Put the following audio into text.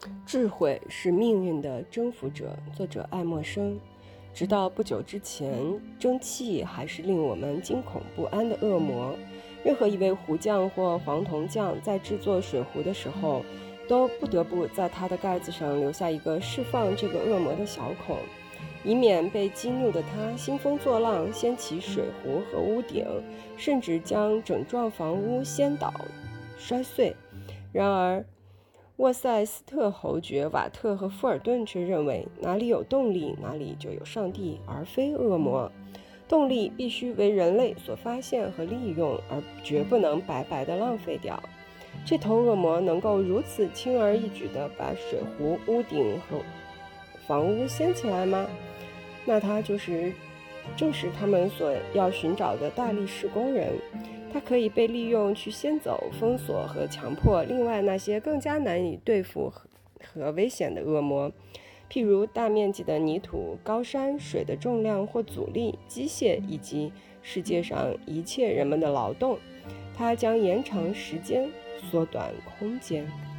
智慧是命运的征服者，作者爱默生。直到不久之前，蒸汽还是令我们惊恐不安的恶魔。任何一位壶匠或黄铜匠在制作水壶的时候，都不得不在它的盖子上留下一个释放这个恶魔的小孔，以免被激怒的他兴风作浪，掀起水壶和屋顶，甚至将整幢房屋掀倒摔碎。然而沃塞斯特侯爵瓦特和富尔顿却认为，哪里有动力，哪里就有上帝，而非恶魔。动力必须为人类所发现和利用，而绝不能白白地浪费掉。这头恶魔能够如此轻而易举地把水壶、屋顶和房屋掀起来吗？那他正是他们所要寻找的大力士工人。它可以被利用去掀走、封锁和强迫另外那些更加难以对付和危险的恶魔，譬如大面积的泥土、高山、水的重量或阻力、机械以及世界上一切人们的劳动。它将延长时间，缩短空间。